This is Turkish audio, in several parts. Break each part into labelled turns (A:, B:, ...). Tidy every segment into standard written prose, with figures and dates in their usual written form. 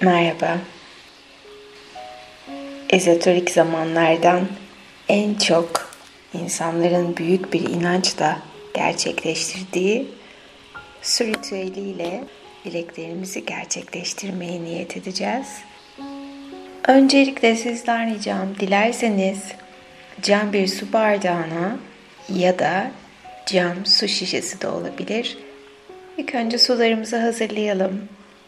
A: Merhaba. Ezoterik zamanlardan en çok insanların büyük bir inançla gerçekleştirdiği su ritüeliyle dileklerimizi gerçekleştirmeye niyet edeceğiz. Öncelikle sizden ricam, dilerseniz cam bir su bardağına ya da cam su şişesi de olabilir. İlk önce sularımızı hazırlayalım.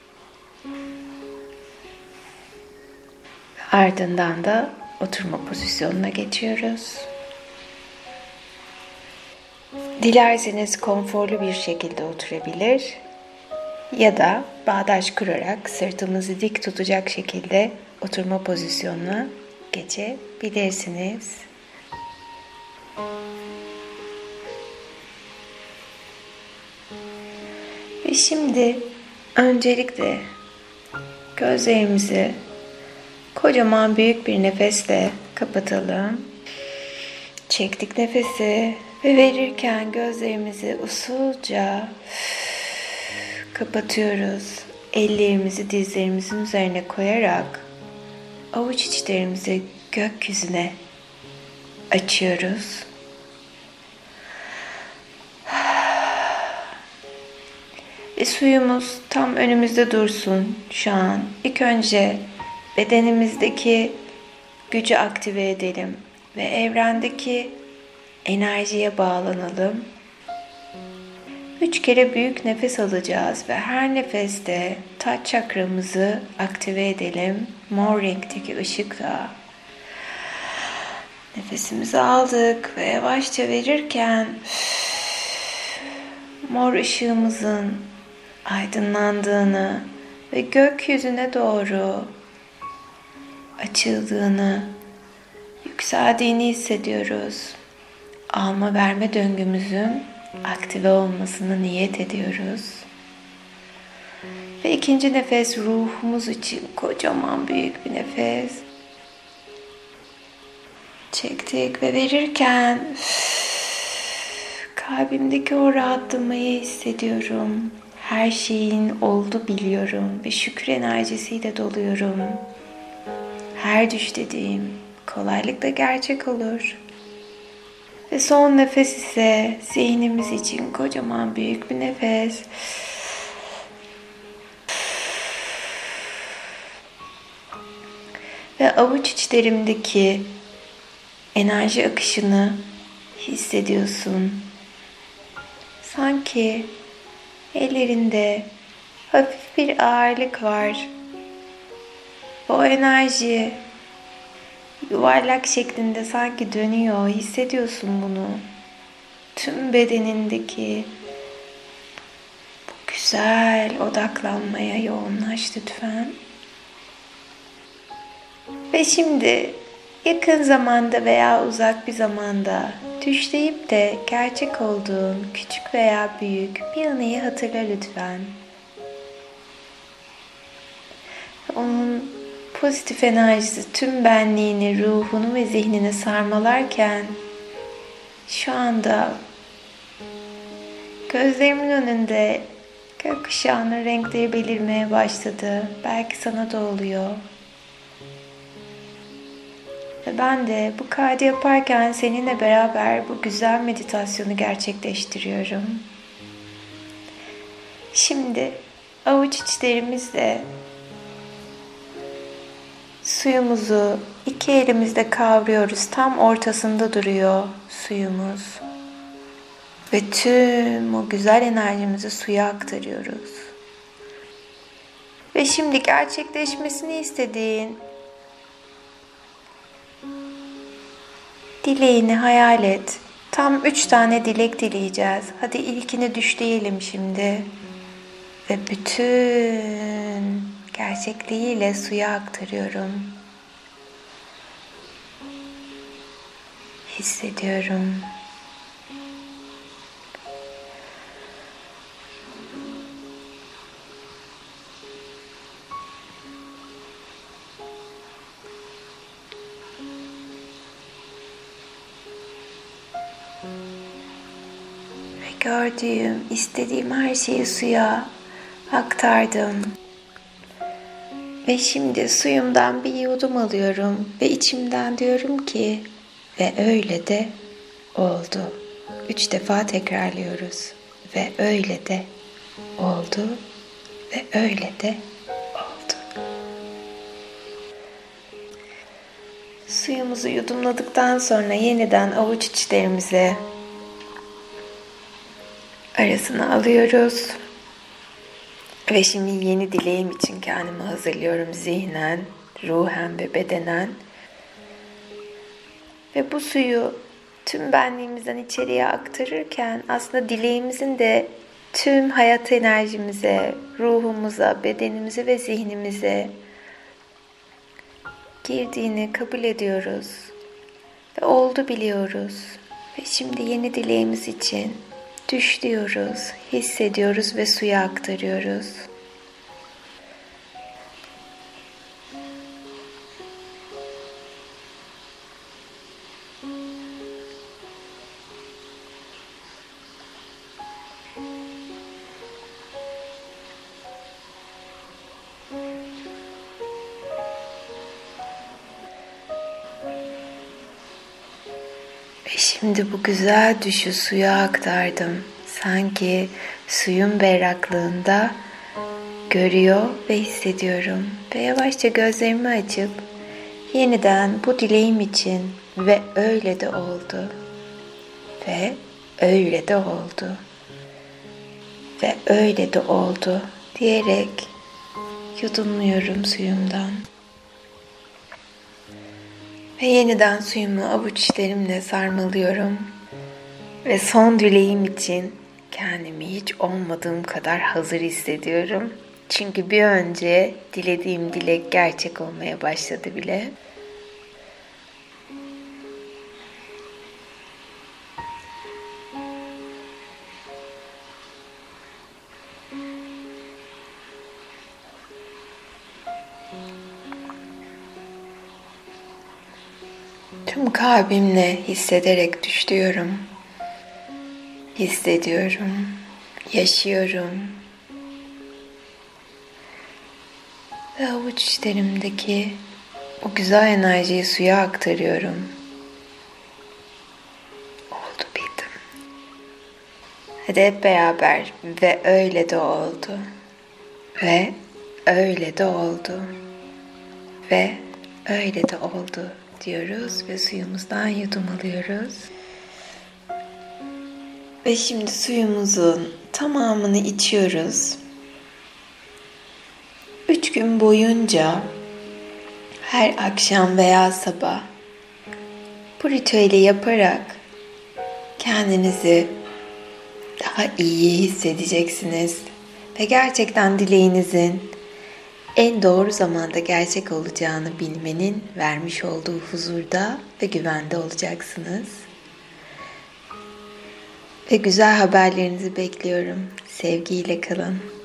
A: Ardından da oturma pozisyonuna geçiyoruz. Dilerseniz konforlu bir şekilde oturabilir ya da bağdaş kurarak sırtımızı dik tutacak şekilde oturma pozisyonuna geçebilirsiniz. Ve şimdi öncelikle gözlerimizi kocaman büyük bir nefesle kapatalım. Çektik nefesi ve verirken gözlerimizi usulca kapatıyoruz. Ellerimizi dizlerimizin üzerine koyarak avuç içlerimizi gökyüzüne açıyoruz. Ve suyumuz tam önümüzde dursun şu an. İlk önce bedenimizdeki gücü aktive edelim ve evrendeki enerjiye bağlanalım. 3 kere büyük nefes alacağız ve her nefeste taç çakramızı aktive edelim. Mor renkteki ışıkla. Nefesimizi aldık ve yavaşça verirken mor ışığımızın aydınlandığını ve gökyüzüne doğru açıldığını, yükseldiğini hissediyoruz. Alma verme döngümüzün aktive olmasını niyet ediyoruz. Ve ikinci nefes ruhumuz için kocaman büyük bir nefes. Çektik ve verirken kalbimdeki o rahatlamayı hissediyorum. Her şeyin oldu biliyorum ve şükür enerjisiyle doluyorum. Her düş dediğim kolaylıkla gerçek olur. Ve son nefes ise zihnimiz için kocaman büyük bir nefes. Ve avuç içlerimdeki enerji akışını hissediyorsun. Sanki ellerinde hafif bir ağırlık var. O enerji yuvarlak şeklinde sanki dönüyor. Hissediyorsun bunu. Tüm bedenindeki bu güzel odaklanmaya yoğunlaş lütfen. Ve şimdi yakın zamanda veya uzak bir zamanda düşleyip de gerçek olduğun küçük veya büyük bir anıyı hatırla lütfen. Onun pozitif enerjisi tüm benliğini, ruhunu ve zihnini sarmalarken şu anda gözlerimin önünde gökkuşağının renkleri belirmeye başladı. Belki sana da oluyor. Ve ben de bu kaydı yaparken seninle beraber bu güzel meditasyonu gerçekleştiriyorum. Şimdi avuç içlerimizle suyumuzu iki elimizle kavruyoruz. Tam ortasında duruyor suyumuz. Ve tüm o güzel enerjimizi suya aktarıyoruz. Ve şimdi gerçekleşmesini istediğin dileğini hayal et. Tam 3 tane dilek dileyeceğiz. Hadi ilkini düşleyelim şimdi. Ve bütün gerçekliğiyle suya aktarıyorum. Hissediyorum. Ve gördüğüm, istediğim her şeyi suya aktardım. Ve şimdi suyumdan bir yudum alıyorum ve içimden diyorum ki ve öyle de oldu. 3 defa tekrarlıyoruz. Ve öyle de oldu ve öyle de oldu. Suyumuzu yudumladıktan sonra yeniden avuç içlerimize arasına alıyoruz. Ve şimdi yeni dileğim için kendimi hazırlıyorum zihnen, ruhen ve bedenen. Ve bu suyu tüm benliğimizden içeriye aktarırken aslında dileğimizin de tüm hayat enerjimize, ruhumuza, bedenimize ve zihnimize girdiğini kabul ediyoruz. Ve oldu biliyoruz. Ve şimdi yeni dileğimiz için düş diyoruz, hissediyoruz ve suya aktarıyoruz. Ve şimdi bu güzel düşü suya aktardım. Sanki suyun berraklığında görüyor ve hissediyorum. Ve yavaşça gözlerimi açıp yeniden bu dileğim için ve öyle de oldu. Ve öyle de oldu. Ve öyle de oldu diyerek yudumluyorum suyumdan. Ve yeniden suyumu avuç içlerimle sarmalıyorum. Ve son dileğim için kendimi hiç olmadığım kadar hazır hissediyorum. Çünkü bir önce dilediğim dilek gerçek olmaya başladı bile. Tüm kalbimle hissederek düşüyorum. Hissediyorum, yaşıyorum. Ve avuç içlerimdeki o güzel enerjiyi suya aktarıyorum. Oldu bildim. Hadi hep beraber ve öyle de oldu. Ve öyle de oldu. Ve öyle de oldu diyoruz ve suyumuzdan yudum alıyoruz. Ve şimdi suyumuzun tamamını içiyoruz. 3 gün boyunca her akşam veya sabah bu ritüeli yaparak kendinizi daha iyi hissedeceksiniz. Ve gerçekten dileğinizin en doğru zamanda gerçek olacağını bilmenin vermiş olduğu huzurda ve güvende olacaksınız. Ve güzel haberlerinizi bekliyorum. Sevgiyle kalın.